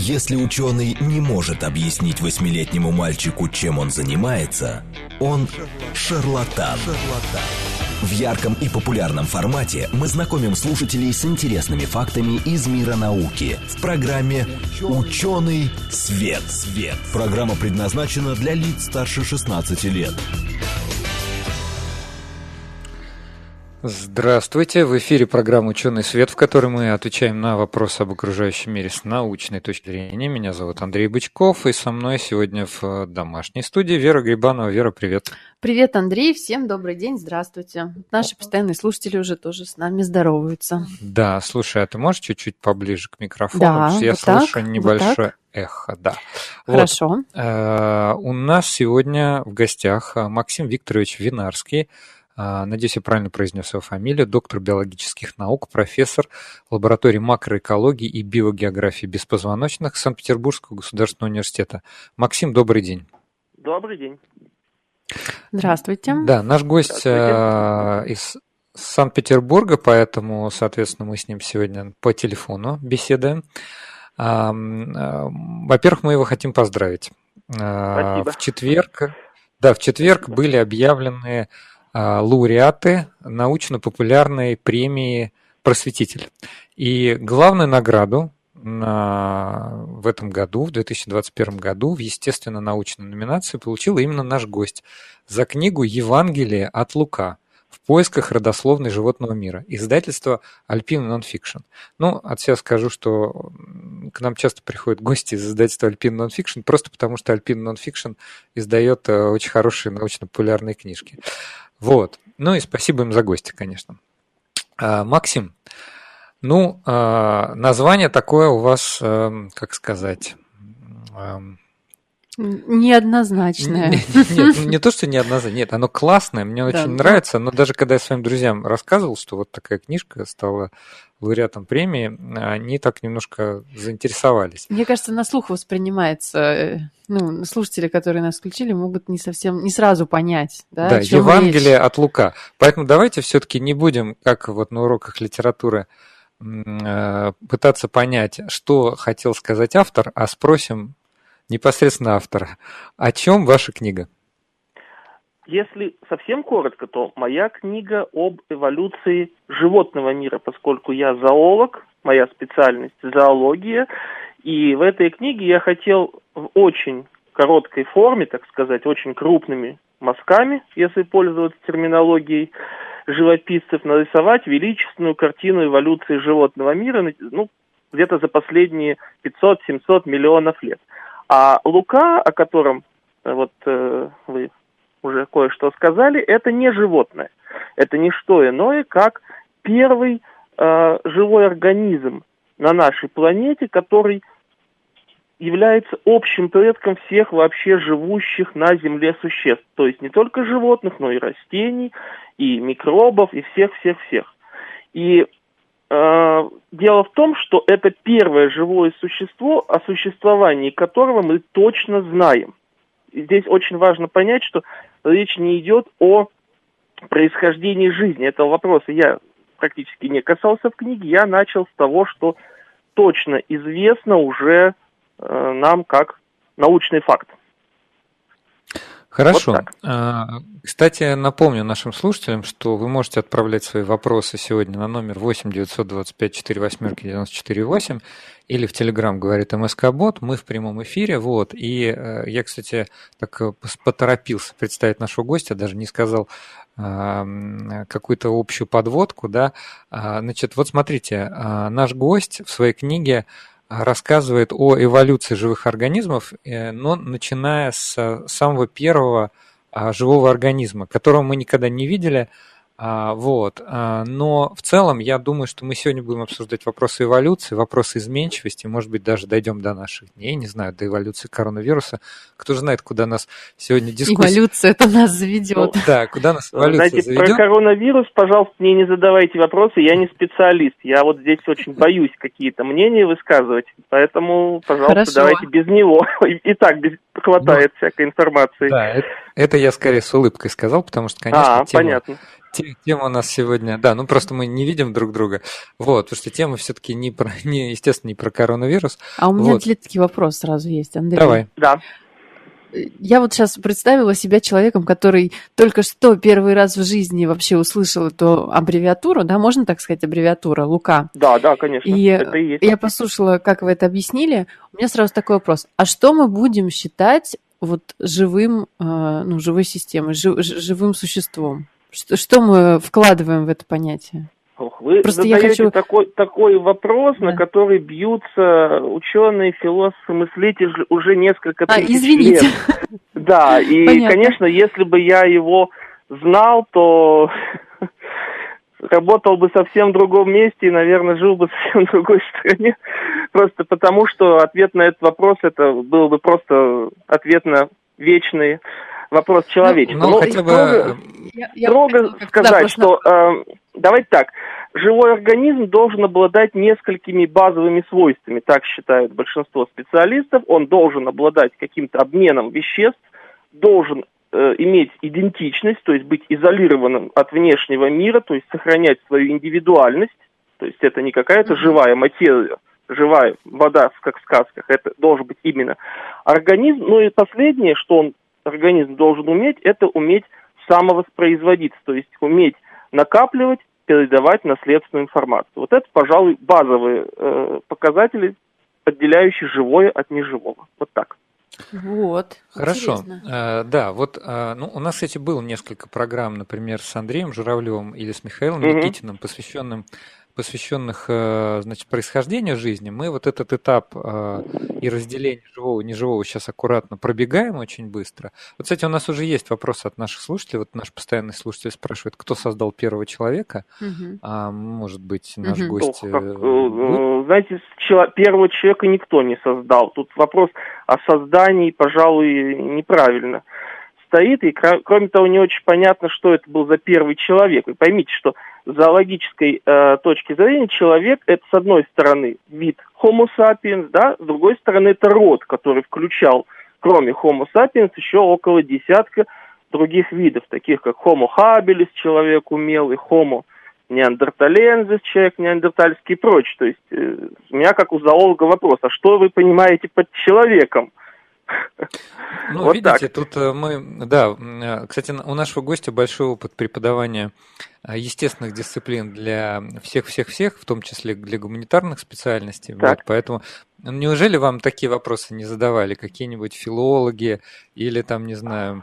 Если ученый не может объяснить 8-летнему мальчику, чем он занимается, он шарлатан. В ярком и популярном формате мы знакомим слушателей с интересными фактами из мира науки в программе «Ученый свет». Программа предназначена для лиц старше 16 лет. Здравствуйте! В эфире программа «Ученый свет», в которой мы отвечаем на вопросы об окружающем мире с научной точки зрения. Меня зовут Андрей Бычков, и со мной сегодня в домашней студии Вера Грибанова. Вера, привет! Привет, Андрей! Всем добрый день, здравствуйте! Наши постоянные слушатели уже тоже с нами здороваются. Да, слушай, а ты можешь чуть-чуть поближе к микрофону? Да, потому что я вот слышу так, небольшое вот эхо. Да. Хорошо. Вот. У нас сегодня в гостях Максим Викторович Винарский. Надеюсь, я правильно произнес его фамилию, доктор биологических наук, профессор лаборатории макроэкологии и биогеографии беспозвоночных Санкт-Петербургского государственного университета. Максим, добрый день. Добрый день. Здравствуйте. Да, наш гость из Санкт-Петербурга, поэтому, соответственно, мы с ним сегодня по телефону беседуем. Во-первых, мы его хотим поздравить. Спасибо. В четверг были объявлены лауреаты научно-популярной премии «Просветитель». И главную награду в этом году, в 2021 году, в естественно-научной номинации получил именно наш гость за книгу «Евангелие от Лука. В поисках родословной животного мира». Издательство Alpine Nonfiction. Ну, от себя скажу, что к нам часто приходят гости из издательства Alpine Nonfiction, просто потому что Alpine Nonfiction издает очень хорошие научно-популярные книжки. Вот. Ну и спасибо им за гости, конечно. Максим, название такое у вас, как сказать... Неоднозначное. Нет, не то, что неоднозначное. Нет, оно классное, мне очень нравится, но даже когда я своим друзьям рассказывал, что вот такая книжка стала лауреатом премии, они так немножко заинтересовались. Мне кажется, на слух воспринимается, слушатели, которые нас включили, могут не сразу понять. Да, Евангелие от Лука. Поэтому давайте все-таки не будем, как вот на уроках литературы, пытаться понять, что хотел сказать автор, а спросим непосредственно автора. О чем ваша книга? Если совсем коротко, то моя книга об эволюции животного мира, поскольку я зоолог, моя специальность зоология, и в этой книге я хотел в очень короткой форме, так сказать, очень крупными мазками, если пользоваться терминологией живописцев, нарисовать величественную картину эволюции животного мира, где-то за последние 500-700 миллионов лет. А Лука, о котором вы уже кое-что сказали, это не животное. Это не что иное, как первый живой организм на нашей планете, который является общим предком всех вообще живущих на Земле существ. То есть не только животных, но и растений, и микробов, и всех-всех-всех. И дело в том, что это первое живое существо, о существовании которого мы точно знаем. И здесь очень важно понять, что речь не идет о происхождении жизни. Этого вопроса я практически не касался в книге. Я начал с того, что точно известно уже нам как научный факт. Хорошо. Вот Кстати, напомню нашим слушателям, что вы можете отправлять свои вопросы сегодня на номер 8 925 48 94 8 или в Telegram говорит МСК-бот. Мы в прямом эфире. Вот. И я, кстати, так поторопился представить нашего гостя, даже не сказал какую-то общую подводку. Да? Значит, вот смотрите, наш гость в своей книге рассказывает о эволюции живых организмов, но начиная с самого первого живого организма, которого мы никогда не видели. Но в целом я думаю, что мы сегодня будем обсуждать вопросы эволюции, вопросы изменчивости, может быть, даже дойдем до наших дней, не знаю, до эволюции коронавируса. Кто же знает, куда нас сегодня дискуссия... Эволюция это нас заведет. Да, куда нас эволюция заведет. Про коронавирус, пожалуйста, мне не задавайте вопросы, я не специалист. Я вот здесь очень боюсь какие-то мнения высказывать, поэтому, пожалуйста, давайте без него. И так хватает всякой информации. Да, это я скорее с улыбкой сказал, потому что, конечно, Тема у нас сегодня, да, ну просто мы не видим друг друга, вот, потому что тема все-таки естественно, не про коронавирус. А у меня Вот. атлетский вопрос сразу есть, Андрей. Давай. Да. Я вот сейчас представила себя человеком, который только что первый раз в жизни вообще услышал эту аббревиатуру, да, можно так сказать, аббревиатура, Лука? Да, конечно, И это и есть. я послушала, как вы это объяснили. У меня сразу такой вопрос. А что мы будем считать вот живым, живой системой, живым существом? Что мы вкладываем в это понятие? Вы Просто задаете такой вопрос, на который бьются ученые, философы, мыслители уже несколько тысяч извините. лет. Да, и, Понятно. конечно, если бы я его знал, то работал бы совсем в другом месте и, наверное, жил бы совсем в другой стране. Просто потому, что ответ на этот вопрос, это был бы просто ответ на вечный вопрос человечества. Ну, хотя бы... Строго сказать, что... Давайте так. Живой организм должен обладать несколькими базовыми свойствами, так считают большинство специалистов. Он должен обладать каким-то обменом веществ, должен иметь идентичность, то есть быть изолированным от внешнего мира, то есть сохранять свою индивидуальность. То есть это не какая-то живая материя, живая вода, как в сказках. Это должен быть именно организм. Ну и последнее, что организм должен уметь, это уметь самовоспроизводиться, то есть уметь накапливать, передавать наследственную информацию. Вот это, пожалуй, базовые показатели, отделяющие живое от неживого. Вот так. Вот. Хорошо. Да, вот у нас, кстати, было несколько программ, например, с Андреем Журавлевым или с Михаилом Никитиным, посвященных, значит, происхождению жизни. Мы вот этот этап и разделение живого и неживого сейчас аккуратно пробегаем очень быстро. Вот, кстати, у нас уже есть вопросы от наших слушателей. Вот наш постоянный слушатель спрашивает, кто создал первого человека. Может быть, наш гость... Знаете, первого человека никто не создал. Тут вопрос о создании, пожалуй, неправильно стоит. И, кроме того, не очень понятно, что это был за первый человек. Вы поймите, что с зоологической точки зрения человек – это, с одной стороны, вид Homo sapiens, да, с другой стороны, это род, который включал, кроме Homo sapiens, еще около десятка других видов, таких как Homo habilis, человек умелый, Homo neanderthalensis, человек неандертальский и прочее. То есть у меня, как у зоолога, вопрос, а что вы понимаете под человеком? Ну, вот видите, так. тут кстати, у нашего гостя большой опыт преподавания естественных дисциплин для всех-всех-всех, в том числе для гуманитарных специальностей. Вот, поэтому неужели вам такие вопросы не задавали какие-нибудь филологи или там, не знаю,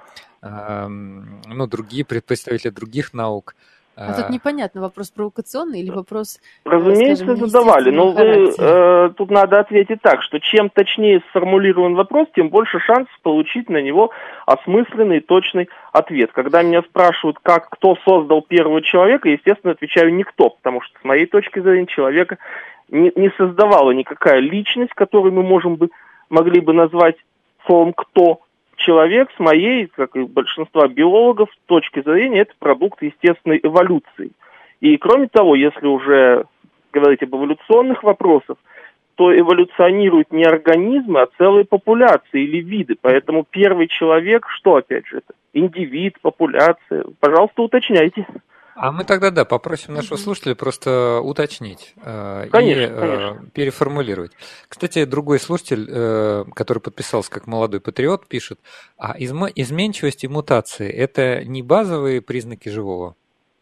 другие представители других наук? А тут непонятно, вопрос провокационный или вопрос, разумеется, скажем, задавали, но тут надо ответить так, что чем точнее сформулирован вопрос, тем больше шансов получить на него осмысленный и точный ответ. Когда меня спрашивают, кто создал первого человека, естественно, отвечаю никто, потому что с моей точки зрения человека не создавала никакая личность, которую мы могли бы назвать словом «кто». Человек с моей, как и большинства биологов, точки зрения, это продукт естественной эволюции. И кроме того, если уже говорить об эволюционных вопросах, то эволюционируют не организмы, а целые популяции или виды. Поэтому первый человек, что опять же это? Индивид, популяция. Пожалуйста, уточняйте. А мы тогда, попросим нашего слушателя просто уточнить конечно. Переформулировать. Кстати, другой слушатель, который подписался как молодой патриот, пишет, а изменчивость и мутации – это не базовые признаки живого?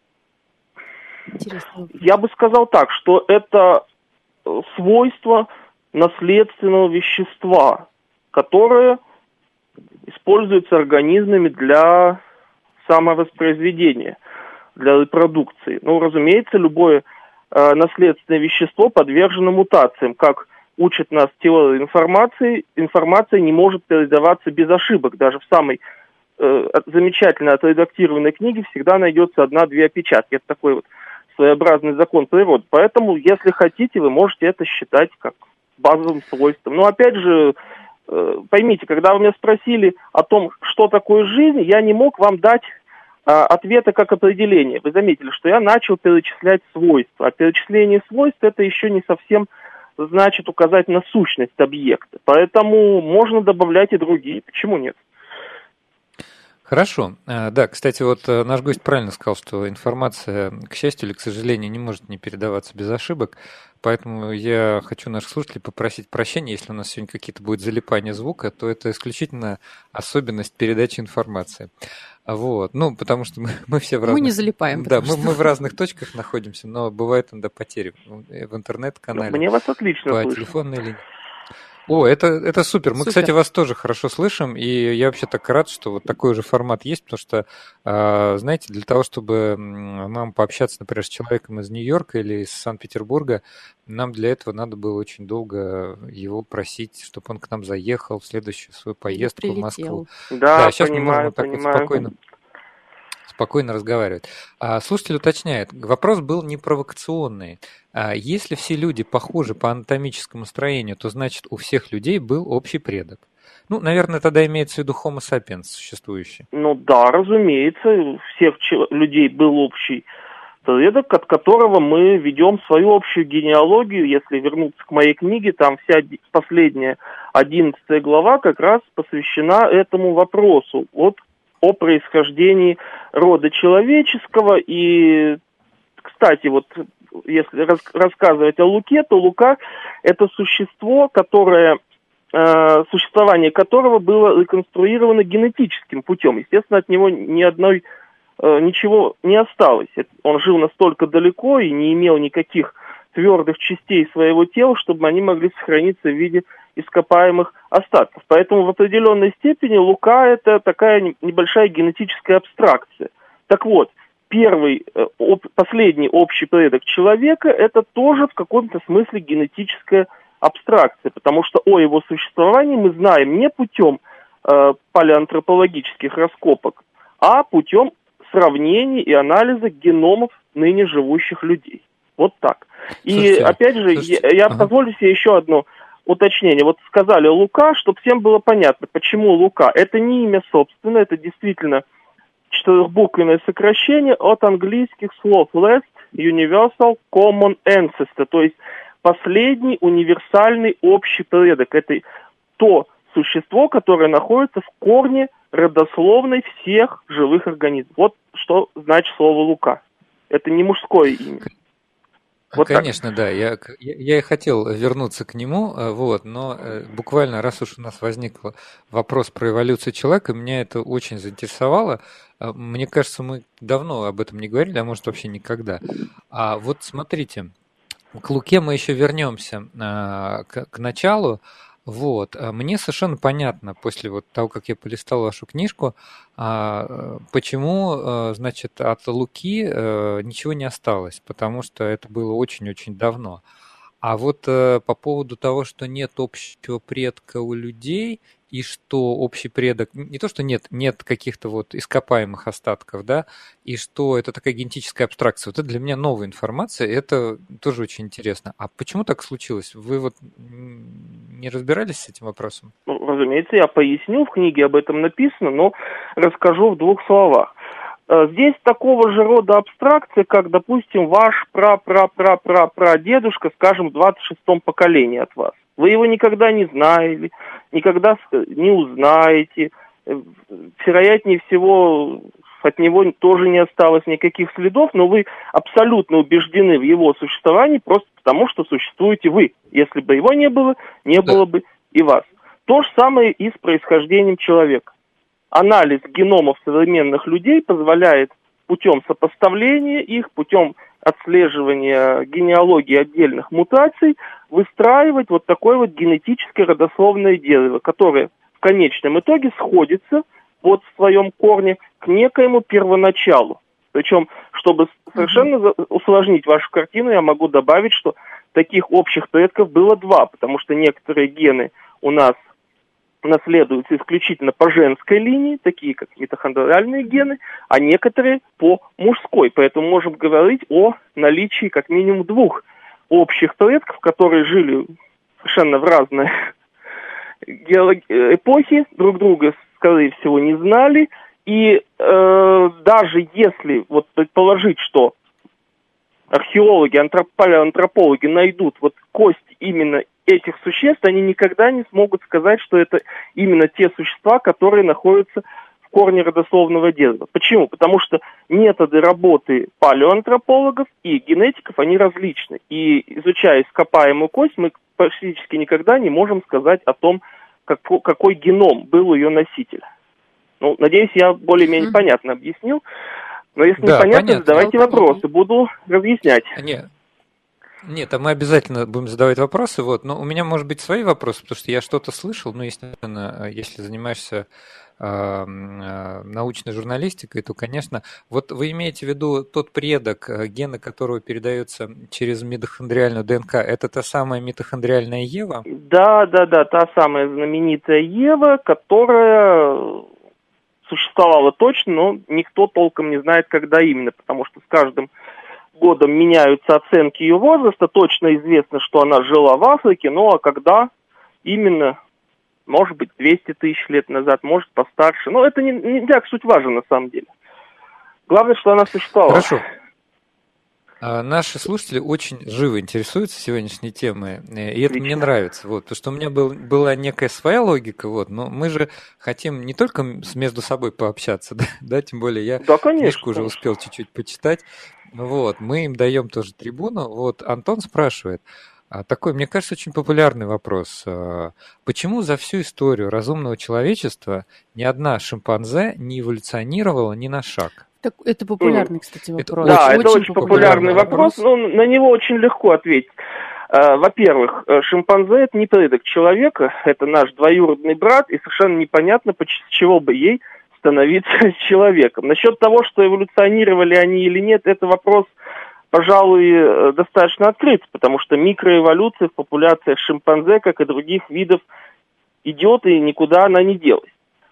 Интересно. Я бы сказал так, что это свойство наследственного вещества, которое используется организмами для самовоспроизведения, для репродукции. Разумеется, любое наследственное вещество подвержено мутациям. Как учат нас теория информации, информация не может передаваться без ошибок. Даже в самой замечательно отредактированной книге всегда найдется 1-2 опечатки. Это такой вот своеобразный закон природы. Поэтому, если хотите, вы можете это считать как базовым свойством. Но опять же, поймите, когда вы меня спросили о том, что такое жизнь, я не мог вам дать ответа как определение. Вы заметили, что я начал перечислять свойства. А перечисление свойств это еще не совсем значит указать на сущность объекта. Поэтому можно добавлять и другие. Почему нет? Хорошо. Да, кстати, вот наш гость правильно сказал, что информация, к счастью или к сожалению, не может не передаваться без ошибок. Поэтому я хочу наших слушателей попросить прощения, если у нас сегодня какие-то будет залипания звука, то это исключительно особенность передачи информации. Вот. Ну, потому что мы все в разных... Мы не залипаем. Да, мы в разных точках находимся, но бывают иногда потери в интернет-канале. Мне вас отлично по слышно. Телефонной линии. О, это супер. Мы, Супер. кстати, вас тоже хорошо слышим, и я вообще так рад, что вот такой же формат есть, потому что, знаете, для того, чтобы нам пообщаться, например, с человеком из Нью-Йорка или из Санкт-Петербурга, нам для этого надо было очень долго его просить, чтобы он к нам заехал в следующую свою поездку в Москву. Да, сейчас понимаю, мы можем вот так понимаю. вот спокойно разговаривать. Слушатель уточняет, вопрос был не провокационный. Если все люди похожи по анатомическому строению, то значит у всех людей был общий предок. Ну, наверное, тогда имеется в виду Homo sapiens существующий. Ну да, разумеется, у всех людей был общий предок, от которого мы ведем свою общую генеалогию. Если вернуться к моей книге, там вся последняя 11 глава как раз посвящена этому вопросу. Вот о происхождении рода человеческого. И, кстати, вот если рассказывать о Луке, то Лука – это существо, существование которого было реконструировано генетическим путем. Естественно, от него ничего не осталось. Он жил настолько далеко и не имел никаких твердых частей своего тела, чтобы они могли сохраниться в виде ископаемых остатков. Поэтому в определенной степени Лука – это такая небольшая генетическая абстракция. Так вот, последний общий предок человека – это тоже в каком-то смысле генетическая абстракция, потому что о его существовании мы знаем не путем палеоантропологических раскопок, а путем сравнения и анализа геномов ныне живущих людей. Вот так. И опять же, я позволю себе еще одно уточнение. Вот сказали Лука, чтобы всем было понятно, почему Лука. Это не имя собственное, это действительно четырехбуквенное сокращение от английских слов last, universal, common ancestor, то есть последний универсальный общий предок. Это то существо, которое находится в корне родословной всех живых организмов. Вот что значит слово Лука. Это не мужское имя. Вот конечно, так. Да. Я и хотел вернуться к нему, вот, но буквально, раз уж у нас возник вопрос про эволюцию человека, меня это очень заинтересовало. Мне кажется, мы давно об этом не говорили, а может вообще никогда. А вот смотрите, к Луке мы еще вернемся к началу. Вот. Мне совершенно понятно, после вот того, как я полистал вашу книжку, почему, значит, от Луки ничего не осталось, потому что это было очень-очень давно. А вот по поводу того, что нет общего предка у людей, и что общий предок, не то, что нет каких-то вот ископаемых остатков, да, и что это такая генетическая абстракция. Вот это для меня новая информация, и это тоже очень интересно. А почему так случилось? Вы вот не разбирались с этим вопросом? Ну, разумеется, я поясню, в книге об этом написано, но расскажу в двух словах. Здесь такого же рода абстракция, как, допустим, ваш прадедушка, скажем, в 26-м поколении от вас. Вы его никогда не знали, никогда не узнаете. Вероятнее всего, от него тоже не осталось никаких следов, но вы абсолютно убеждены в его существовании просто потому, что существуете вы. Если бы его не было, не было бы и вас. То же самое и с происхождением человека. Анализ геномов современных людей позволяет путем сопоставления их, путем отслеживания генеалогии отдельных мутаций выстраивать вот такое вот генетическое родословное дерево, которое в конечном итоге сходится вот в своем корне к некоему первоначалу. Причем, чтобы совершенно усложнить вашу картину, я могу добавить, что таких общих предков было два, потому что некоторые гены у нас наследуются исключительно по женской линии, такие как митохондриальные гены, а некоторые по мужской. Поэтому можем говорить о наличии как минимум двух общих предков, которые жили совершенно в разные эпохи, друг друга, скорее всего, не знали. И даже если вот предположить, что археологи, палеоантропологи найдут вот кости именно этих существ, они никогда не смогут сказать, что это именно те существа, которые находятся в корне родословного дерева. Почему? Потому что методы работы палеоантропологов и генетиков, они различны. И изучая ископаемую кость, мы практически никогда не можем сказать о том, какой геном был у ее носителя. Ну, надеюсь, я более-менее понятно объяснил. Но если непонятно, задавайте вопросы, буду разъяснять. Нет, а мы обязательно будем задавать вопросы. Вот. Но у меня, может быть, свои вопросы, потому что я что-то слышал. Ну, естественно, если занимаешься научной журналистикой, то, конечно, вот вы имеете в виду тот предок, гены которого передаются через митохондриальную ДНК, это та самая митохондриальная Ева? Да, та самая знаменитая Ева, которая существовала точно, но никто толком не знает, когда именно, потому что с каждым годом меняются оценки ее возраста. Точно известно, что она жила в Африке, ну а когда именно, может быть, 200 тысяч лет назад, может, постарше. Но это не так суть важно на самом деле. Главное, что она существовала. Хорошо. Наши слушатели очень живо интересуются сегодняшней темой, и это мне нравится, вот, потому что у меня была некая своя логика, вот, но мы же хотим не только между собой пообщаться, да, тем более я книжку уже успел чуть-чуть почитать, вот, мы им даем тоже трибуну. Вот Антон спрашивает, такой, мне кажется, очень популярный вопрос. Почему за всю историю разумного человечества ни одна шимпанзе не эволюционировала ни на шаг? Это популярный, кстати, вопрос. Да, это очень популярный вопрос, но на него очень легко ответить. Во-первых, шимпанзе – это не предок человека, это наш двоюродный брат, и совершенно непонятно, с чего бы ей становиться человеком. Насчет того, что эволюционировали они или нет, это вопрос, пожалуй, достаточно открыт, потому что микроэволюция в популяциях шимпанзе, как и других видов, идет, и никуда она не делась.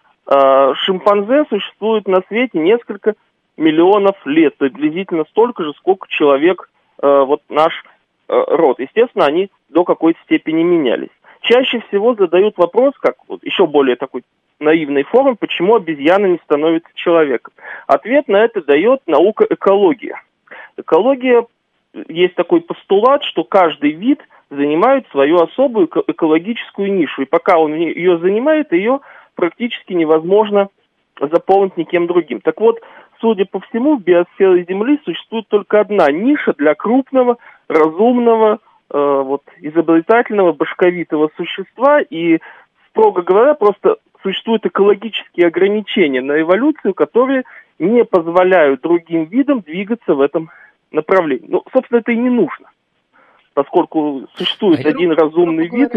Шимпанзе существует на свете несколько миллионов лет, приблизительно столько же, сколько человек, вот наш род. Естественно, они до какой-то степени менялись. Чаще всего задают вопрос, как вот еще более такой наивной форме, почему обезьяна не становится человеком. Ответ на это дает наука экология. Экология, есть такой постулат, что каждый вид занимает свою особую экологическую нишу, и пока он ее занимает, ее практически невозможно заполнить никем другим. Так вот, судя по всему, в биосфере Земли существует только одна ниша для крупного, разумного, изобретательного, башковитого существа, и, строго говоря, просто существуют экологические ограничения на эволюцию, которые не позволяют другим видам двигаться в этом направлении. Ну, собственно, это и не нужно, поскольку существует один разумный вид.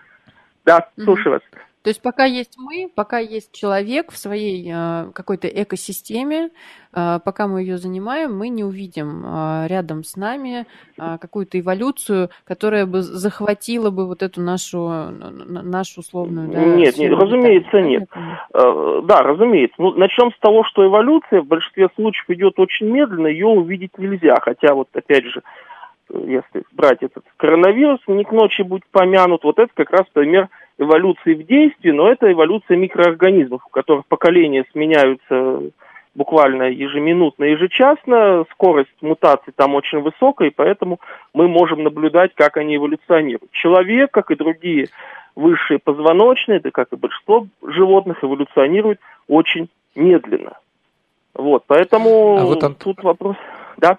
Да, слушаю вас. То есть пока есть мы, пока есть человек в своей какой-то экосистеме, пока мы ее занимаем, мы не увидим рядом с нами какую-то эволюцию, которая бы захватила бы вот эту нашу условную... Да, нет, разумеется, нет. Да, разумеется. Ну, начнем с того, что эволюция в большинстве случаев идет очень медленно, ее увидеть нельзя. Хотя вот, опять же, если брать этот коронавирус, не к ночи будет помянут, вот это как раз пример эволюции в действии, но это эволюция микроорганизмов, у которых поколения сменяются буквально ежеминутно, ежечасно, скорость мутаций там очень высокая, и поэтому мы можем наблюдать, как они эволюционируют. Человек, как и другие высшие позвоночные, да как и большинство животных, эволюционирует очень медленно. Вот, поэтому тут вопрос... Да?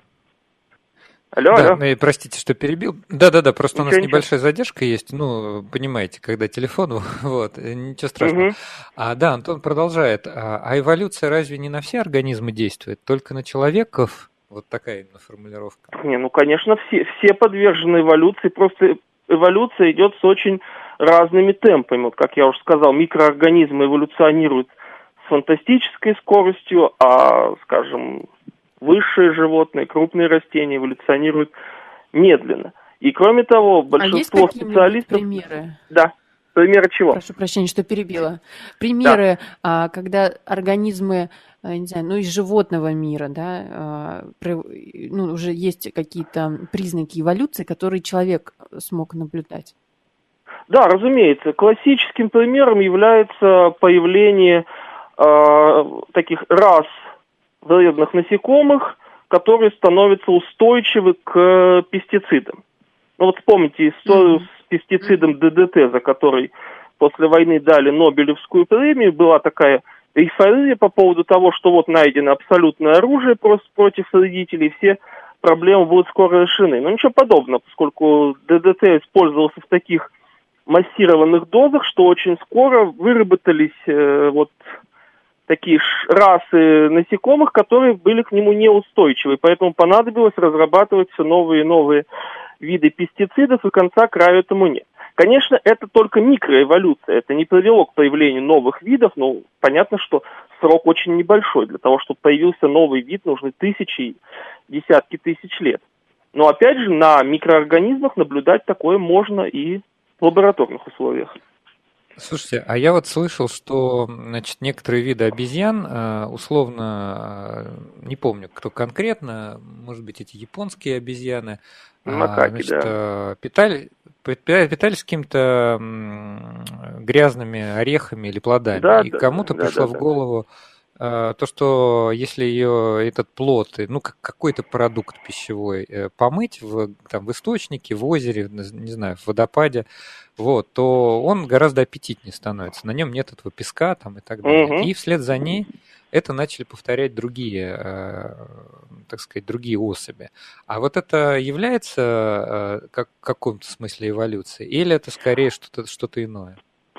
Алло. Простите, что перебил. Да, просто у нас небольшая задержка есть. Ну, понимаете, когда телефон, вот, ничего страшного. Да, Антон продолжает. А эволюция разве не на все организмы действует? Только на человеков? Вот такая именно формулировка. Конечно, все подвержены эволюции. Просто эволюция идет с очень разными темпами. Вот, как я уже сказал, микроорганизмы эволюционируют с фантастической скоростью, а, скажем, высшие животные, крупные растения эволюционируют медленно. И кроме того, большинство специалистов... Примеры? Да. Примеры чего? Прошу прощения, что перебила. Примеры, да. Когда организмы, не знаю, из животного мира, да, уже есть какие-то признаки эволюции, которые человек смог наблюдать. Да, разумеется. Классическим примером является появление таких рас вредных насекомых, которые становятся устойчивы к пестицидам. Ну вот вспомните историю с пестицидом ДДТ, за который после войны дали Нобелевскую премию. Была такая эйфория по поводу того, что вот найдено абсолютное оружие против вредителей, все проблемы будут скоро решены. Но ничего подобного, поскольку ДДТ использовался в таких массированных дозах, что очень скоро выработались вот такие расы насекомых, которые были к нему неустойчивы. Поэтому понадобилось разрабатывать все новые и новые виды пестицидов, и конца краю этому нет. Конечно, это только микроэволюция, это не привело к появлению новых видов, но понятно, что срок очень небольшой. Для того, чтобы появился новый вид, нужны тысячи, десятки тысяч лет. Но опять же, на микроорганизмах наблюдать такое можно и в лабораторных условиях. Слушайте, а я вот слышал, что, значит, некоторые виды обезьян, условно, не помню, кто конкретно, может быть, эти японские обезьяны, Макаки, значит, да. питались какими-то грязными орехами или плодами. Да, и кому-то пришло в голову то, что если этот плод, ну, какой-то продукт пищевой помыть в источнике, в озере, не знаю, в водопаде, вот, то он гораздо аппетитнее становится. На нем нет этого песка там, и так далее. Угу. И вслед за ней это начали повторять другие, так сказать, другие особи. А вот это является в каком-то смысле эволюцией? Или это скорее что-то иное?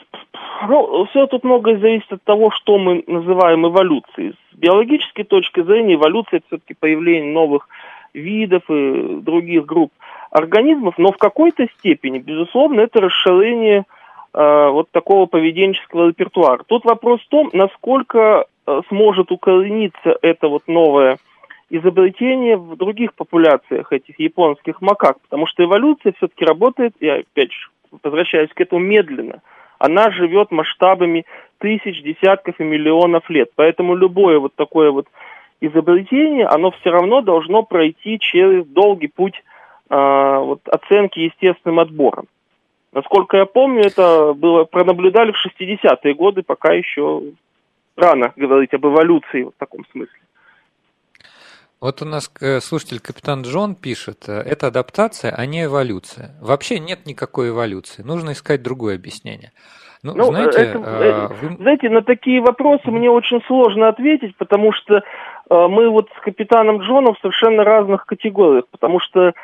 Ну, все тут многое зависит от того, что мы называем эволюцией. С биологической точки зрения эволюция – это все-таки появление новых видов и других групп организмов, но в какой-то степени, безусловно, это расширение вот такого поведенческого репертуара. Тут вопрос в том, насколько сможет укорениться это вот новое изобретение в других популяциях этих японских макак, потому что эволюция все-таки работает, я опять же возвращаюсь к этому, медленно. Она живет масштабами тысяч, десятков и миллионов лет. Поэтому любое вот такое вот изобретение, оно все равно должно пройти через долгий путь вот, оценки естественным отбором. Насколько я помню, это было пронаблюдали в 60-е годы, пока еще рано говорить об эволюции в таком смысле. Вот у нас слушатель Капитан Джон пишет, это адаптация, а не эволюция. Вообще нет никакой эволюции, нужно искать другое объяснение. Ну, знаете, на такие вопросы мне очень сложно ответить, потому что мы вот с Капитаном Джоном в совершенно разных категориях, потому что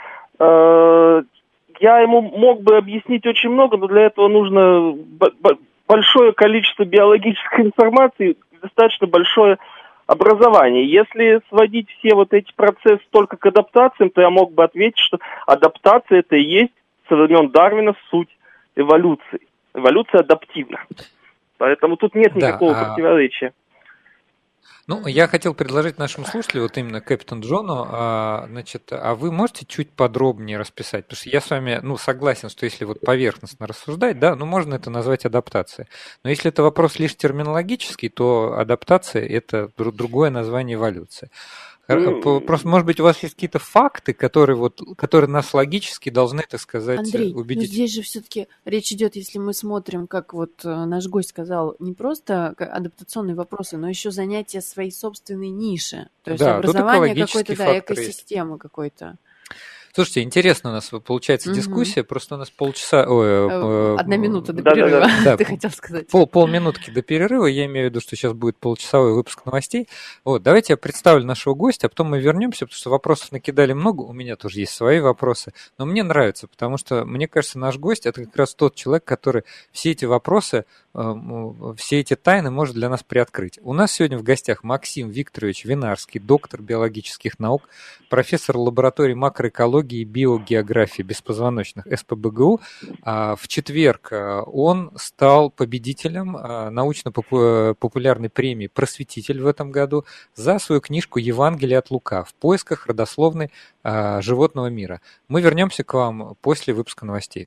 я ему мог бы объяснить очень много, но для этого нужно большое количество биологической информации, достаточно большое образование. Если сводить все вот эти процессы только к адаптациям, то я мог бы ответить, что адаптация – это и есть со времен Дарвина суть эволюции. Эволюция адаптивна. Поэтому тут нет никакого противоречия. Ну, я хотел предложить нашему слушателю, вот именно Капитан Джону, значит, а вы можете чуть подробнее расписать? Потому что я с вами, согласен, что если вот поверхностно рассуждать, да, можно это назвать адаптацией. Но если это вопрос лишь терминологический, то адаптация – это другое название эволюции. Просто, может быть, у вас есть какие-то факты, которые нас логически должны, так сказать, Андрей, убедить? Здесь же все-таки речь идет, если мы смотрим, как вот наш гость сказал, не просто адаптационные вопросы, но еще занятия своей собственной ниши. То есть образование какой-то, экосистемы какой-то. Слушайте, интересно у нас получается дискуссия, просто у нас полчаса... 1 минута до перерыва, да, ты хотел сказать. Полминутки до перерыва, я имею в виду, что сейчас будет получасовой выпуск новостей. Вот, давайте я представлю нашего гостя, а потом мы вернемся, потому что вопросов накидали много, у меня тоже есть свои вопросы, но мне нравится, потому что, мне кажется, наш гость – это как раз тот человек, который все эти вопросы, все эти тайны может для нас приоткрыть. У нас сегодня в гостях Максим Викторович Винарский, доктор биологических наук, профессор лаборатории макроэкологии и биогеографии беспозвоночных СПбГУ. В четверг он стал победителем научно-популярной премии «Просветитель» в этом году за свою книжку «Евангелие от Лука. В поисках родословной животного мира». Мы вернемся к вам после выпуска новостей.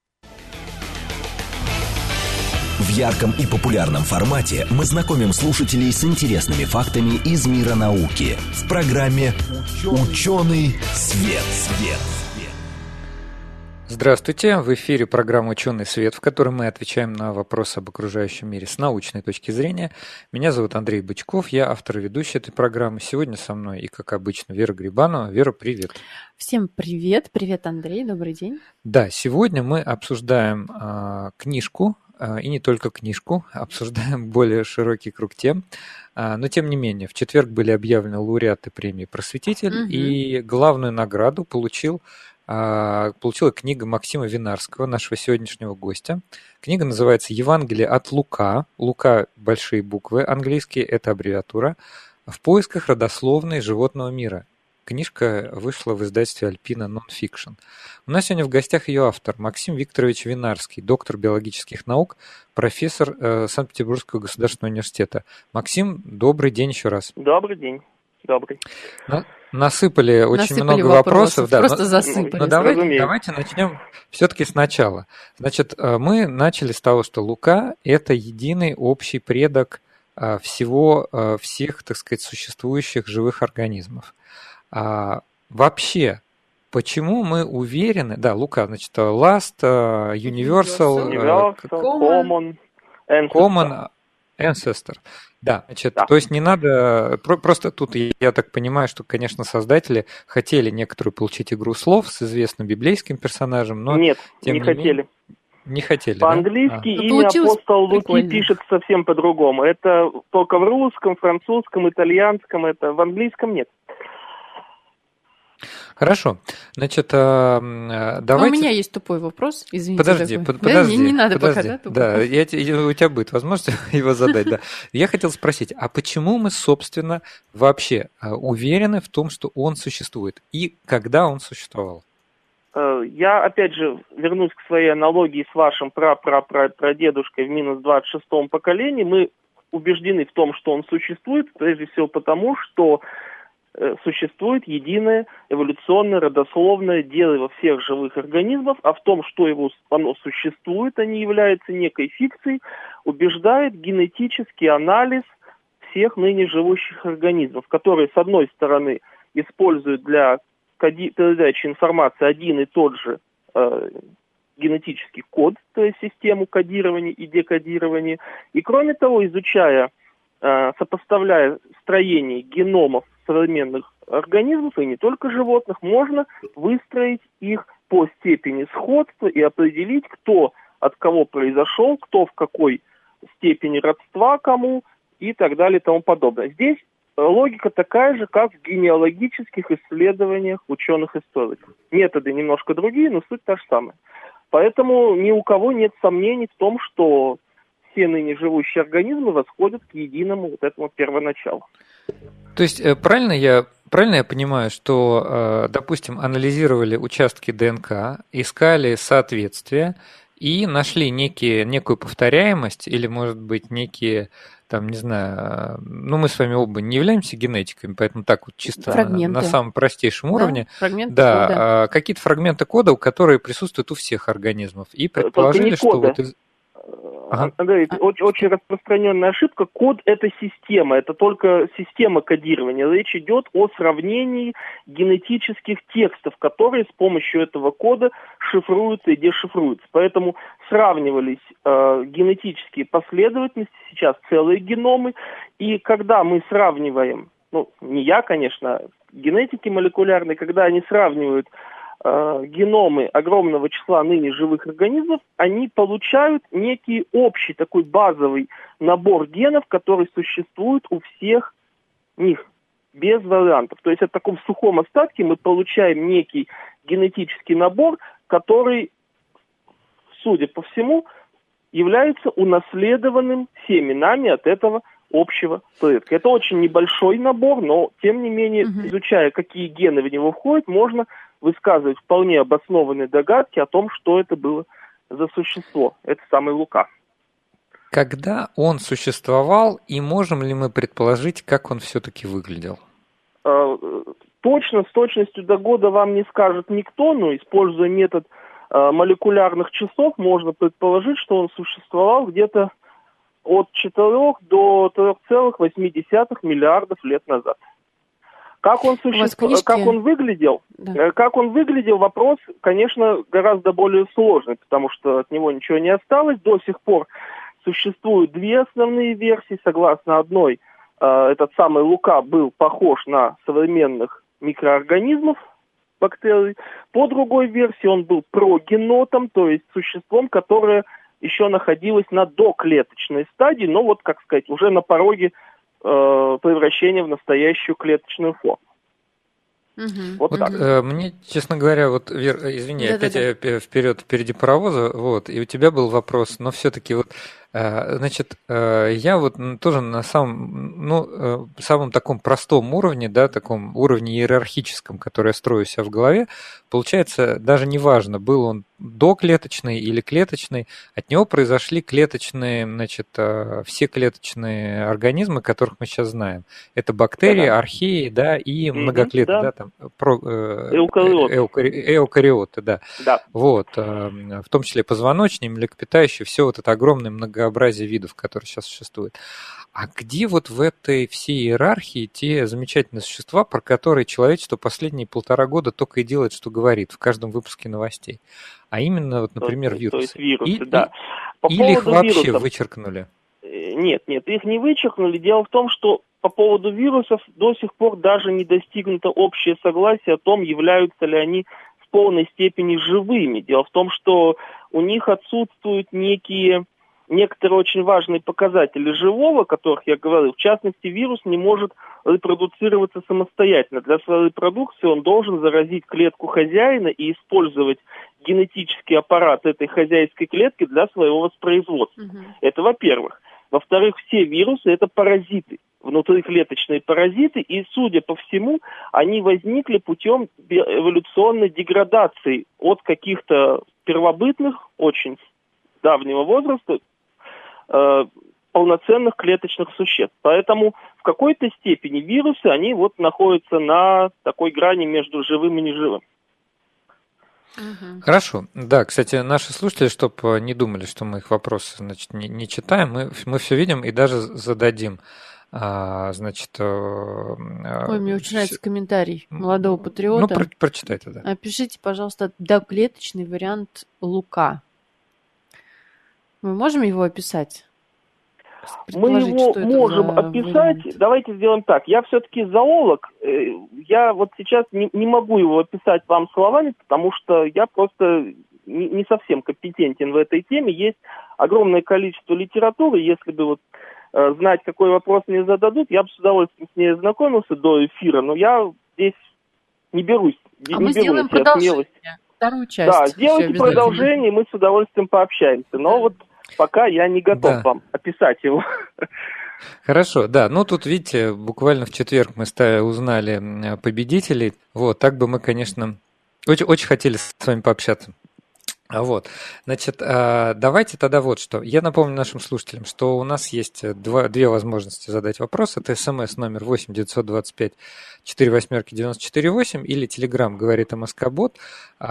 В ярком и популярном формате мы знакомим слушателей с интересными фактами из мира науки в программе «Ученый свет». Здравствуйте, в эфире программа «Ученый свет», в которой мы отвечаем на вопросы об окружающем мире с научной точки зрения. Меня зовут Андрей Бычков, я автор и ведущий этой программы. Сегодня со мной и, как обычно, Вера Грибанова. Вера, привет. Всем привет. Привет, Андрей, добрый день. Да, сегодня мы обсуждаем книжку и не только книжку, обсуждаем более широкий круг тем. Но, тем не менее, в четверг были объявлены лауреаты премии «Просветитель», и главную награду получила книга Максима Винарского, нашего сегодняшнего гостя. Книга называется «Евангелие от Лука». Лука – большие буквы английские, это аббревиатура. «В поисках родословной животного мира». Книжка вышла в издательстве «Альпина Нонфикшн». У нас сегодня в гостях ее автор Максим Викторович Винарский, доктор биологических наук, профессор Санкт-Петербургского государственного университета. Максим, добрый день еще раз. Добрый день. Добрый. Насыпали очень много вопросов. Да, просто засыпали. Но давайте начнем все-таки сначала. Значит, мы начали с того, что Лука – это единый общий предок всех, так сказать, существующих живых организмов. Вообще, почему мы уверены... Да, Лука, значит, Last, Universal, Common, Ancestor. Да, значит, то есть не надо... Просто тут я так понимаю, что, конечно, создатели хотели некоторую получить игру слов с известным библейским персонажем, но... Нет, тем не хотели. Не хотели, По-английски имя апостола Луки пишет совсем по-другому. Это только в русском, французском, итальянском, это в английском нет. Хорошо. Значит, давайте... У меня есть тупой вопрос, извините. Подожди. Не надо пока, да? Да, у тебя будет возможность его задать, да. Я хотел спросить, а почему мы, собственно, вообще уверены в том, что он существует, и когда он существовал? Я, опять же, вернусь к своей аналогии с вашим прадедушкой в минус 26-м поколении. Мы убеждены в том, что он существует, прежде всего потому, что существует единое эволюционное родословное дело во всех живых организмах, а в том, что оно существует, а не является некой фикцией, убеждает генетический анализ всех ныне живущих организмов, которые, с одной стороны, используют для передачи информации один и тот же генетический код, то есть систему кодирования и декодирования, и, кроме того, сопоставляя строение геномов современных организмов, и не только животных, можно выстроить их по степени сходства и определить, кто от кого произошел, кто в какой степени родства кому и так далее и тому подобное. Здесь логика такая же, как в генеалогических исследованиях ученых-историков. Методы немножко другие, но суть та же самая. Поэтому ни у кого нет сомнений в том, что все ныне живущие организмы восходят к единому вот этому первоначалу. То есть правильно я понимаю, что, допустим, анализировали участки ДНК, искали соответствия и нашли некую повторяемость или, может быть, некие, там, не знаю, мы с вами оба не являемся генетиками, поэтому так вот чисто на самом простейшем уровне. Какие-то фрагменты кода, которые присутствуют у всех организмов, и предположили, что вот из... Андрей, очень распространенная ошибка. Код – это система, это только система кодирования. Речь идет о сравнении генетических текстов, которые с помощью этого кода шифруются и дешифруются. Поэтому сравнивались генетические последовательности, сейчас целые геномы, и когда мы сравниваем, не я, конечно, генетики молекулярные, когда они сравнивают геномы огромного числа ныне живых организмов, они получают некий общий такой базовый набор генов, который существует у всех них, без вариантов. То есть в таком сухом остатке мы получаем некий генетический набор, который, судя по всему, является унаследованным всеми нами от этого общего предка. Это очень небольшой набор, но, тем не менее, изучая, какие гены в него входят, можно высказывать вполне обоснованные догадки о том, что это было за существо. Это самый Лука. Когда он существовал, и можем ли мы предположить, как он все-таки выглядел? Точно, с точностью до года вам не скажет никто, но, используя метод молекулярных часов, можно предположить, что он существовал где-то от 4 до 3,8 миллиардов лет назад. Как он выглядел? Да. Как он выглядел, вопрос, конечно, гораздо более сложный, потому что от него ничего не осталось. До сих пор существуют две основные версии. Согласно одной, этот самый Лука был похож на современных микроорганизмов, бактерий. По другой версии, он был прогенотом, то есть существом, которое еще находилась на доклеточной стадии, но вот, как сказать, уже на пороге превращения в настоящую клеточную форму. Угу. Вот так. Мне, честно говоря, вот, Вер, извини, опять я впереди паровоза, вот, и у тебя был вопрос, но все-таки вот, значит, я вот тоже на самом таком простом уровне, да, таком уровне иерархическом, который я строю у себя в голове, получается, даже неважно, был он доклеточный или клеточный, от него произошли клеточные, значит, все клеточные организмы, которых мы сейчас знаем. Это бактерии, археи, да, и многоклетки, да, там, эукариоты, да. Вот, в том числе позвоночные, млекопитающие, все вот это огромное многообразие видов, которые сейчас существуют. А где вот в этой всей иерархии те замечательные существа, про которые человечество последние 1,5 года только и делает, что говорит в каждом выпуске новостей? А именно, вот, например, вирусы. То есть вирусы, да. Или их вообще вычеркнули? Нет, их не вычеркнули. Дело в том, что по поводу вирусов до сих пор даже не достигнуто общее согласие о том, являются ли они в полной степени живыми. Дело в том, что у них отсутствуют некоторые очень важные показатели живого, о которых я говорил. В частности, вирус не может репродуцироваться самостоятельно. Для своей репродукции он должен заразить клетку хозяина и использовать генетический аппарат этой хозяйской клетки для своего воспроизводства. Это во-первых. Во-вторых, все вирусы – это паразиты, внутриклеточные паразиты, и, судя по всему, они возникли путем эволюционной деградации от каких-то первобытных, очень давнего возраста, полноценных клеточных существ. Поэтому в какой-то степени вирусы, они вот находятся на такой грани между живым и неживым. Хорошо. Да, кстати, наши слушатели, чтобы не думали, что мы их вопросы, значит, не читаем, мы все видим и даже зададим. Значит, ой, мне очень нравится комментарий молодого патриота. Ну, прочитайте, да. Опишите, пожалуйста, доклеточный вариант Лука. Мы можем его описать? Мы его можем описать. Вариант? Давайте сделаем так. Я все-таки зоолог. Я вот сейчас не могу его описать вам словами, потому что я просто не совсем компетентен в этой теме. Есть огромное количество литературы. Если бы вот знать, какой вопрос мне зададут, я бы с удовольствием с ней ознакомился до эфира. Но я здесь не берусь. Мы сделаем продолжение. Вторую часть. Да, сделайте продолжение, и мы с удовольствием пообщаемся. Но вот пока я не готов вам описать его. Хорошо, да. Ну, тут, видите, буквально в четверг мы узнали победителей. Вот, так бы мы, конечно, очень хотели с вами пообщаться. Вот, значит, давайте тогда вот что. Я напомню нашим слушателям, что у нас есть две возможности задать вопрос. Это СМС номер 8 925 48 94 8 или Телеграм говорит МСК-бот.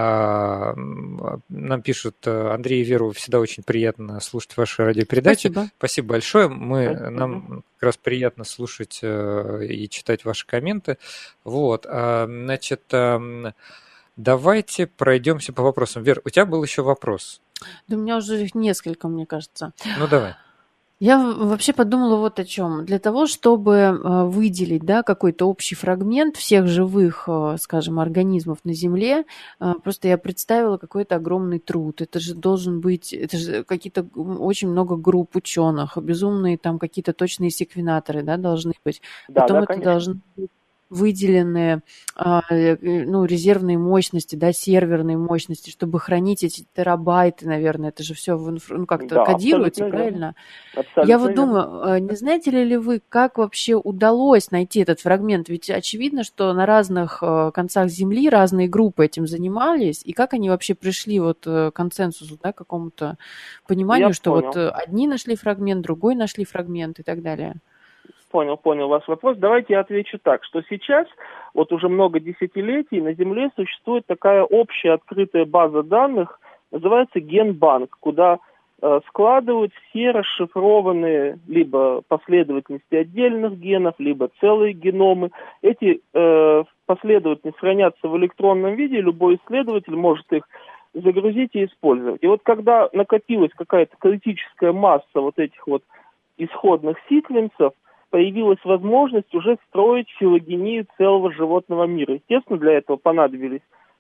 Нам пишут: Андрей и Веру, всегда очень приятно слушать ваши радиопередачи. Спасибо большое. Нам как раз приятно слушать и читать ваши комменты. Вот, значит... Давайте пройдемся по вопросам. Вер, у тебя был еще вопрос. Да у меня уже их несколько, мне кажется. Ну, давай. Я вообще подумала вот о чем. Для того, чтобы выделить, да, какой-то общий фрагмент всех живых, скажем, организмов на Земле, просто я представила какой-то огромный труд. Это же должен быть, это же какие-то очень много групп ученых, безумные там какие-то точные секвенаторы, да, должны быть. Потом это должны быть выделены резервные мощности, да, серверные мощности, чтобы хранить эти терабайты, наверное, это же все как-то кодируется, правильно? Я вот думаю, не знаете ли вы, как вообще удалось найти этот фрагмент? Ведь очевидно, что на разных концах Земли разные группы этим занимались, и как они вообще пришли вот к консенсусу, да, к какому-то пониманию, что вот одни нашли фрагмент, другой нашли фрагмент и так далее? Понял ваш вопрос. Давайте я отвечу так, что сейчас, вот уже много десятилетий, на Земле существует такая общая открытая база данных, называется Генбанк, куда складывают все расшифрованные либо последовательности отдельных генов, либо целые геномы. Эти последовательности хранятся в электронном виде, любой исследователь может их загрузить и использовать. И вот когда накопилась какая-то критическая масса вот этих вот исходных секвенсов, появилась возможность уже строить филогению целого животного мира. Естественно, для этого понадобились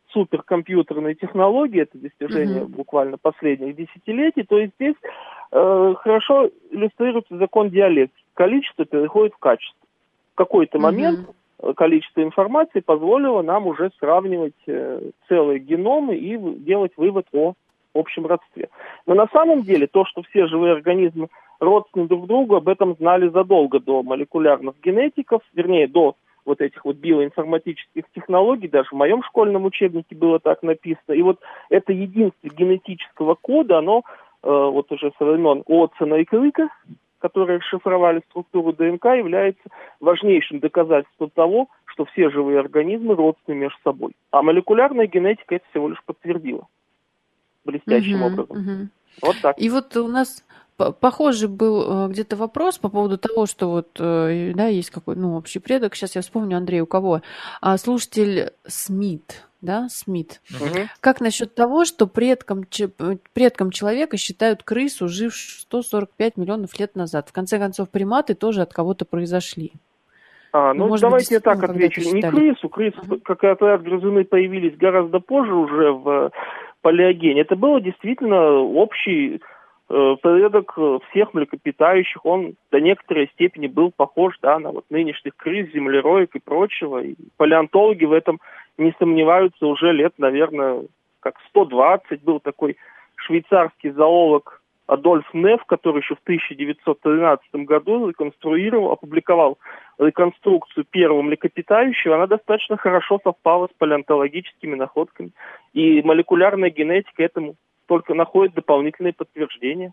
суперкомпьютерные технологии, это достижение буквально последних десятилетий, то есть здесь хорошо иллюстрируется закон диалектики. Количество переходит в качество. В какой-то момент количество информации позволило нам уже сравнивать целые геномы и делать вывод о общем родстве. Но на самом деле то, что все живые организмы родственны друг другу, об этом знали задолго до молекулярных генетиков, вернее, до вот этих вот биоинформатических технологий, даже в моем школьном учебнике было так написано. И вот это единство генетического кода, оно вот уже со времен Уотсона и Крика, которые расшифровали структуру ДНК, является важнейшим доказательством того, что все живые организмы родственны между собой. А молекулярная генетика это всего лишь подтвердила блестящим образом. Вот так. И вот у нас похожий был где-то вопрос по поводу того, что вот, да, есть какой-то, общий предок. Сейчас я вспомню, Андрей, у кого? Слушатель Смит, да, Смит. Как насчет того, что предком человека считают крысу, жившую 145 миллионов лет назад? В конце концов, приматы тоже от кого-то произошли. Давайте я так отвечу. Не крысу. Как отряд грызуны появились гораздо позже уже в палеогене. Это было действительно общий предок всех млекопитающих. Он до некоторой степени был похож, да, на вот нынешних крыс, землероек и прочего. И палеонтологи в этом не сомневаются уже лет, наверное, как 120. Был такой швейцарский зоолог Адольф Неф, который еще в 1913 году опубликовал реконструкцию первого млекопитающего. Она достаточно хорошо совпала с палеонтологическими находками. И молекулярная генетика этому только находит дополнительные подтверждения.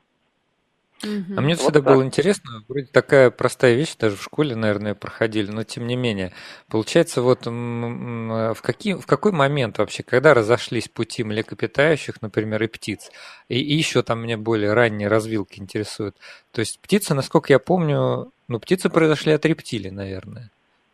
А мне всегда было интересно, вроде такая простая вещь, даже в школе, наверное, проходили, но тем не менее. Получается, вот в какой момент вообще, когда разошлись пути млекопитающих, например, и птиц, и еще там меня более ранние развилки интересуют. То есть птицы, насколько я помню, птицы произошли от рептилий, наверное.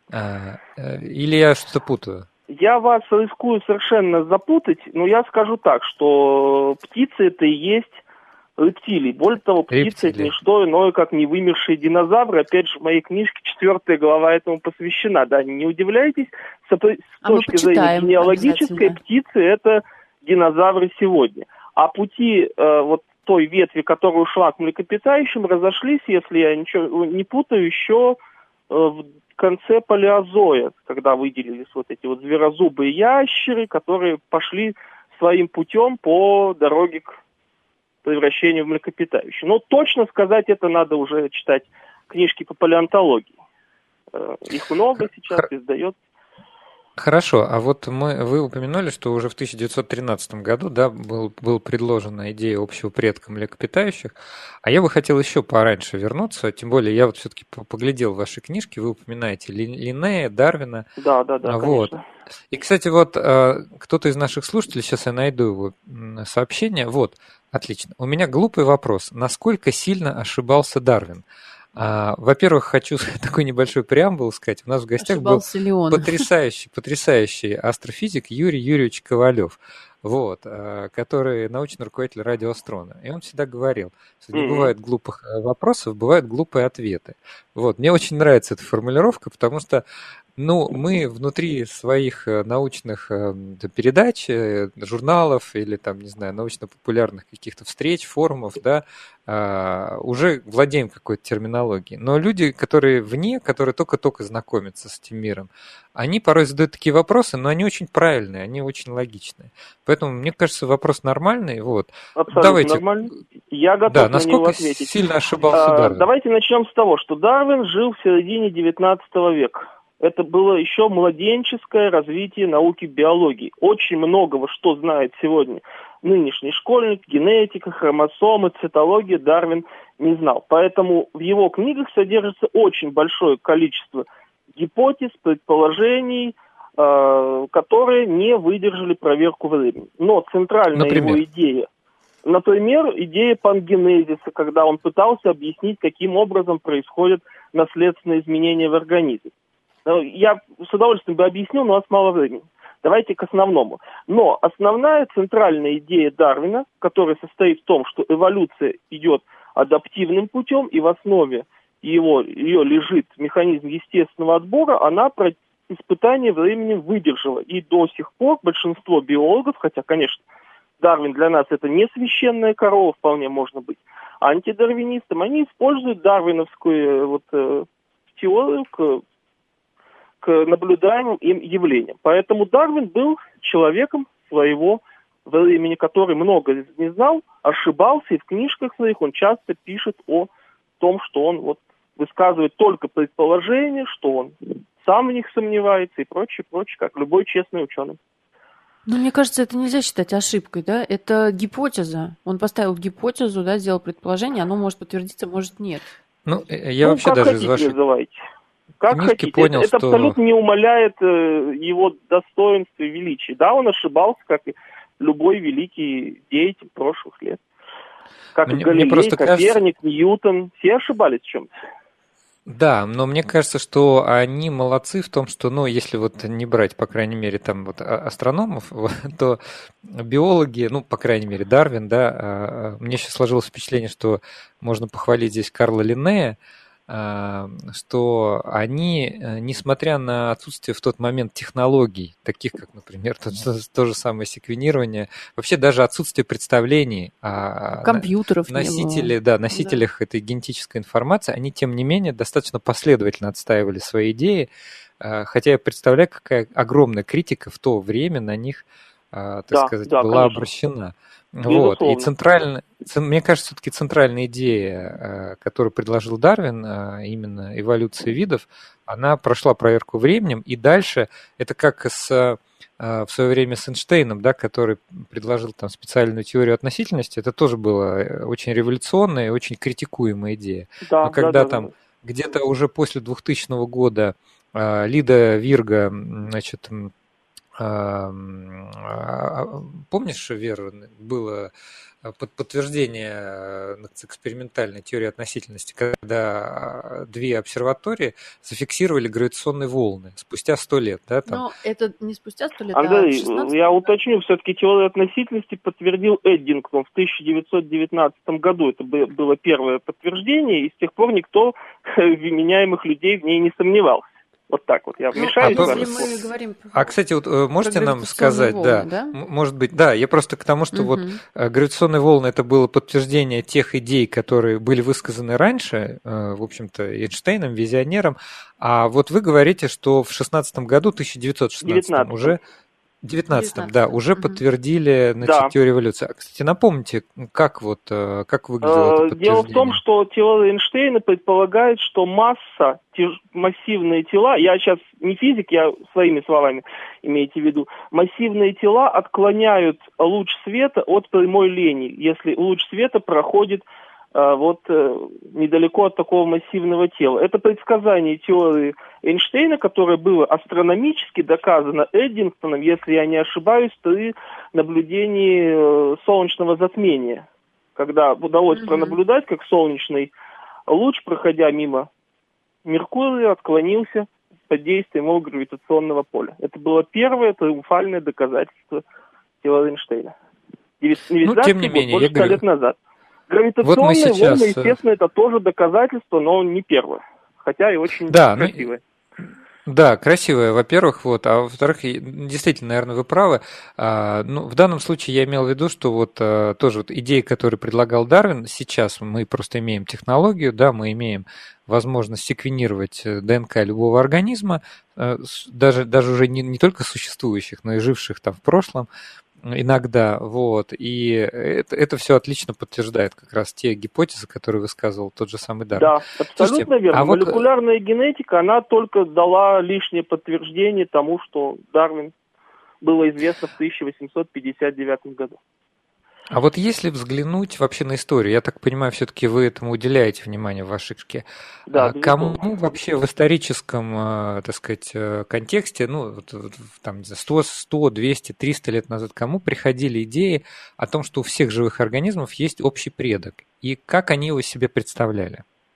Или я что-то путаю? Я вас рискую совершенно запутать, но я скажу так, что птицы это и есть рептилий. Более того, птицы это не что иное, как невымершие динозавры. Опять же, в моей книжке 4 глава этому посвящена. Да, не удивляйтесь, с точки зрения генеалогической, птицы это динозавры сегодня. А пути вот той ветви, которая ушла к млекопитающим, разошлись, если я ничего не путаю, еще в конце палеозоя, когда выделились вот эти вот зверозубые ящеры, которые пошли своим путем по дороге к превращению в млекопитающих. Но точно сказать это надо уже читать книжки по палеонтологии. Их много сейчас издается. Хорошо, а вот вы упомянули, что уже в 1913 году, да, была предложена идея общего предка млекопитающих, а я бы хотел еще пораньше вернуться, тем более я вот все-таки поглядел в ваши книжки, вы упоминаете Линнея, Дарвина. Да, вот. Конечно. И, кстати, вот кто-то из наших слушателей, сейчас я найду его сообщение, вот, отлично. У меня глупый вопрос, насколько сильно ошибался Дарвин? Во-первых, хочу такой небольшой преамбул сказать. У нас в гостях был потрясающий астрофизик Юрий Юрьевич Ковалев, вот, который научный руководитель радиоастрона. И он всегда говорил, что не бывает глупых вопросов, бывают глупые ответы. Вот, мне очень нравится эта формулировка, потому что мы внутри своих научных передач, журналов или там, не знаю, научно-популярных каких-то встреч, форумов, да, уже владеем какой-то терминологией. Но люди, которые вне, которые только-только знакомятся с этим миром, они порой задают такие вопросы, но они очень правильные, они очень логичные. Поэтому, мне кажется, вопрос нормальный. Вот. Абсолютно давайте. Нормальный. Я готов на него ответить. Насколько сильно ошибался Дарвин? Давайте начнем с того, что Дарвин жил в середине 19 века. Это было еще младенческое развитие науки биологии. Очень многого, что знает сегодня нынешний школьник, генетика, хромосомы, цитология, Дарвин не знал. Поэтому в его книгах содержится очень большое количество гипотез, предположений, которые не выдержали проверку времени. Но центральная его идея, например, идея пангенезиса, когда он пытался объяснить, каким образом происходят наследственные изменения в организме. Я с удовольствием бы объяснил, но у нас мало времени. Давайте к основному. Но основная центральная идея Дарвина, которая состоит в том, что эволюция идет адаптивным путем, и в основе ее лежит механизм естественного отбора, она испытание временем выдержало. И до сих пор большинство биологов, хотя, конечно, Дарвин для нас это не священная корова, вполне можно быть антидарвинистом, они используют дарвиновскую теорию к наблюдаемым им явлениям. Поэтому Дарвин был человеком своего времени, который много не знал, ошибался, и в книжках своих он часто пишет о том, что он высказывает только предположения, что он сам в них сомневается и прочее, как любой честный ученый. Ну, мне кажется, это нельзя считать ошибкой, да? Это гипотеза. Он поставил гипотезу, да, сделал предположение, оно может подтвердиться, может нет. Ну, я вообще даже из вашей как книжки хотите. понял, это что... абсолютно не умаляет его достоинства и величия. Да, он ошибался, как и любой великий деятель прошлых лет. Как и Галилей, Коперник, Ньютон. Все ошибались в чем-то. Да, но мне кажется, что они молодцы в том, что, если не брать, по крайней мере, астрономов, то биологи, по крайней мере, Дарвин, да, мне сейчас сложилось впечатление, что можно похвалить здесь Карла Линнея, что они, несмотря на отсутствие в тот момент технологий, таких как, например, то же самое секвенирование, вообще даже отсутствие представлений о носителях этой генетической информации, они, тем не менее, достаточно последовательно отстаивали свои идеи, хотя я представляю, какая огромная критика в то время на них, была конечно. обращена. И мне кажется, все-таки центральная идея, которую предложил Дарвин, именно эволюция видов, она прошла проверку временем, и дальше это как в свое время с Эйнштейном, да, который предложил специальную теорию относительности, это тоже была очень революционная и очень критикуемая идея. Но когда где-то уже после 2000 года Лида Вирга, помнишь, Вера, было подтверждение экспериментальной теории относительности, когда две обсерватории зафиксировали гравитационные волны спустя 100 лет. Да, Но это не спустя 100 лет, Андрей, а 16 я уточню, все-таки теорию относительности подтвердил Эддингтон в 1919 году. Это было первое подтверждение, и с тех пор никто вменяемых людей в ней не сомневался. Вот так вот, я вмешаюсь. Кстати, можете нам сказать, волны, да, может быть, да, я просто к тому, что гравитационные волны это было подтверждение тех идей, которые были высказаны раньше, в общем-то, Эйнштейном, визионером, а вы говорите, что в 1916 году, 1916 уже... 19-м, да, уже подтвердили теорию эволюции. Кстати, напомните, как выглядело это подтверждение? Дело в том, что теория Эйнштейна предполагает, что масса, массивные тела, я сейчас не физик, я своими словами имеете в виду, массивные тела отклоняют луч света от прямой линии, если луч света проходит недалеко от такого массивного тела. Это предсказание теории Эйнштейна, которое было астрономически доказано Эддингтоном, если я не ошибаюсь, при наблюдении солнечного затмения, когда удалось пронаблюдать, как солнечный луч, проходя мимо Меркурия, отклонился под действием гравитационного поля. Это было первое триумфальное доказательство теории Эйнштейна. Тем не менее, больше 100 лет назад. Гравитационные волны, естественно, это тоже доказательство, но не первое. Хотя и очень красивое. Да, красивое, во-первых, а во-вторых, действительно, наверное, вы правы. В данном случае я имел в виду, что тоже идеи, которые предлагал Дарвин, сейчас мы просто имеем технологию, да, мы имеем возможность секвенировать ДНК любого организма, даже уже не только существующих, но и живших в прошлом, иногда, и это все отлично подтверждает как раз те гипотезы, которые высказывал тот же самый Дарвин. Да, абсолютно верно. Молекулярная генетика, она только дала лишнее подтверждение тому, что Дарвин было известно в 1859 году. А если взглянуть вообще на историю, я так понимаю, все-таки вы этому уделяете внимание в вашей книжке. Да, кому вообще в историческом, контексте, 100, 200, 300 лет назад, кому приходили идеи о том, что у всех живых организмов есть общий предок, и как они его себе представляли?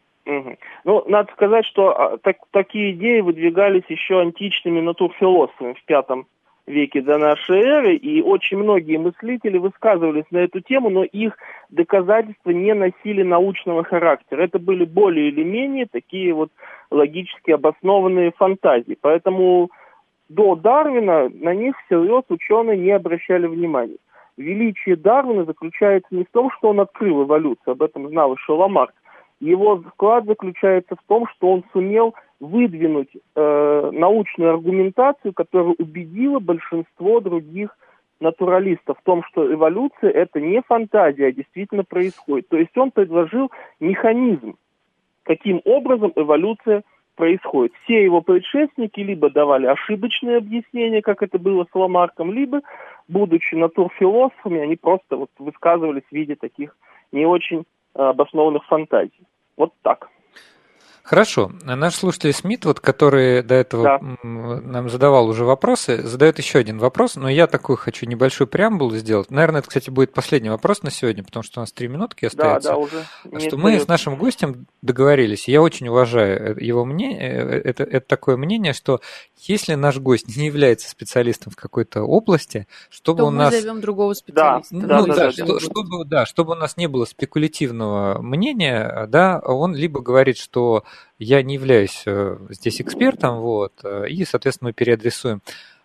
Надо сказать, что такие идеи выдвигались еще античными натурфилософами в V веке до нашей эры, и очень многие мыслители высказывались на эту тему, но их доказательства не носили научного характера. Это были более или менее такие логически обоснованные фантазии. Поэтому до Дарвина на них всерьез ученые не обращали внимания. Величие Дарвина заключается не в том, что он открыл эволюцию, об этом знал еще Ламарк. Его вклад заключается в том, что он сумел выдвинуть научную аргументацию, которая убедила большинство других натуралистов в том, что эволюция – это не фантазия, а действительно происходит. То есть он предложил механизм, каким образом эволюция происходит. Все его предшественники либо давали ошибочные объяснения, как это было с Ламарком, либо, будучи натурфилософами, они просто вот высказывались в виде таких не очень обоснованных фантазий. Вот так. Хорошо. Наш слушатель Смит, вот, который до этого нам задавал уже вопросы, задает еще один вопрос, но я такую хочу небольшую преамбулу сделать. Наверное, это, кстати, будет последний вопрос на сегодня, потому что у нас 3 минутки остается. Да, уже. Что мы с нашим гостем договорились, я очень уважаю его мнение, это такое мнение, что если наш гость не является специалистом в какой-то области, чтобы то у нас... мы зовем другого специалиста. Чтобы у нас не было спекулятивного мнения, да, он либо говорит, что я не являюсь здесь экспертом, вот, и, соответственно, мы переадресуем.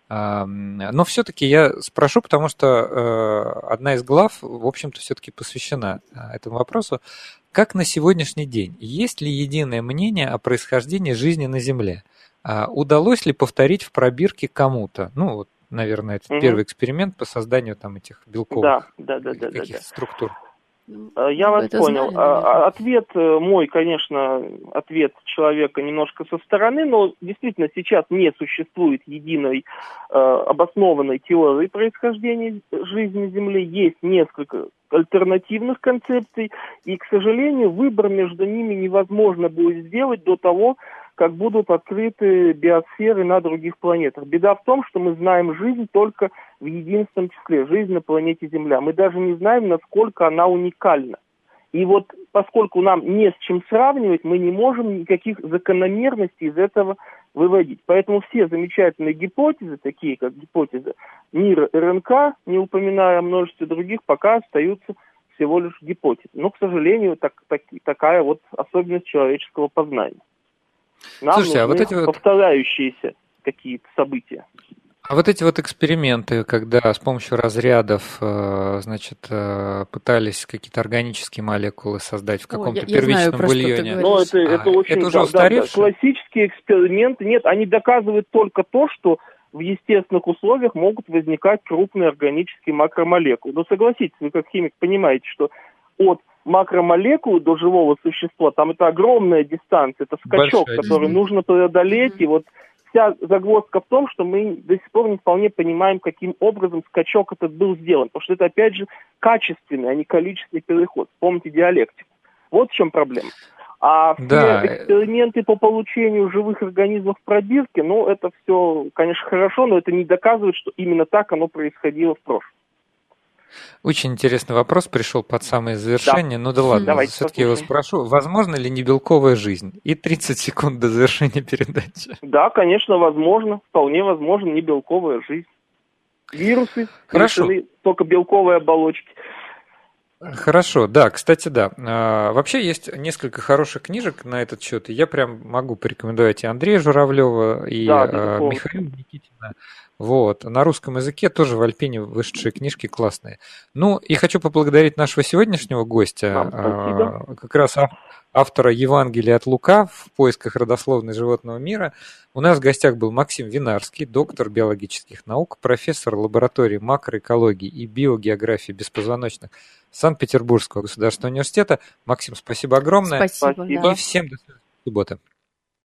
Но все-таки я спрошу, потому что одна из глав, в общем-то, все-таки посвящена этому вопросу. Как на сегодняшний день? Есть ли единое мнение о происхождении жизни на Земле? Удалось ли повторить в пробирке кому-то? Ну, вот, наверное, это первый эксперимент по созданию там этих белковых каких-то структур. Я вас понял. Ответ мой, конечно, ответ человека немножко со стороны, но действительно сейчас не существует единой обоснованной теории происхождения жизни на Земле. Есть несколько альтернативных концепций, и, к сожалению, выбор между ними невозможно будет сделать до того, как будут открыты биосферы на других планетах. Беда в том, что мы знаем жизнь только в единственном числе, жизнь на планете Земля. Мы даже не знаем, насколько она уникальна. И вот поскольку нам не с чем сравнивать, мы не можем никаких закономерностей из этого выводить. Поэтому все замечательные гипотезы, такие как гипотеза мира РНК, не упоминая о множестве других, пока остаются всего лишь гипотезы. Но, к сожалению, такая вот особенность человеческого познания. Нам Слушайте, нужны повторяющиеся какие-то события. А вот эти вот эксперименты, когда с помощью разрядов, значит, пытались какие-то органические молекулы создать в каком-то первичном бульоне. Но это очень это уже устаревшее? Классические эксперименты, нет, они доказывают только то, что в естественных условиях могут возникать крупные органические макромолекулы. Но согласитесь, вы как химик понимаете, что от макромолекулы до живого существа, там это огромная дистанция, это скачок, который нужно преодолеть, и вот вся загвоздка в том, что мы до сих пор не вполне понимаем, каким образом скачок этот был сделан, потому что это, опять же, качественный, а не количественный переход. Помните диалектику. Вот в чем проблема. А все эксперименты по получению живых организмов в пробирке, ну, это все, конечно, хорошо, но это не доказывает, что именно так оно происходило в прошлом. Очень интересный вопрос пришел под самое завершение. Да. Ну да ладно, давайте все-таки его спрошу. Возможно ли небелковая жизнь? И 30 секунд до завершения передачи. Да, конечно, возможно. Вполне возможно небелковая жизнь. Вирусы, только белковые оболочки. Хорошо, да, кстати, да. Вообще есть несколько хороших книжек на этот счет, и я прям могу порекомендовать и Андрея Журавлева, и Михаила Никитина. Вот. На русском языке тоже в Альпине вышедшие книжки классные. Ну, и хочу поблагодарить нашего сегодняшнего гостя, как раз автора Евангелия от Лука в поисках родословной животного мира. У нас в гостях был Максим Винарский, доктор биологических наук, профессор лаборатории макроэкологии и биогеографии беспозвоночных Санкт-Петербургского государственного университета. Максим, спасибо огромное. Спасибо. И всем до следующей субботы.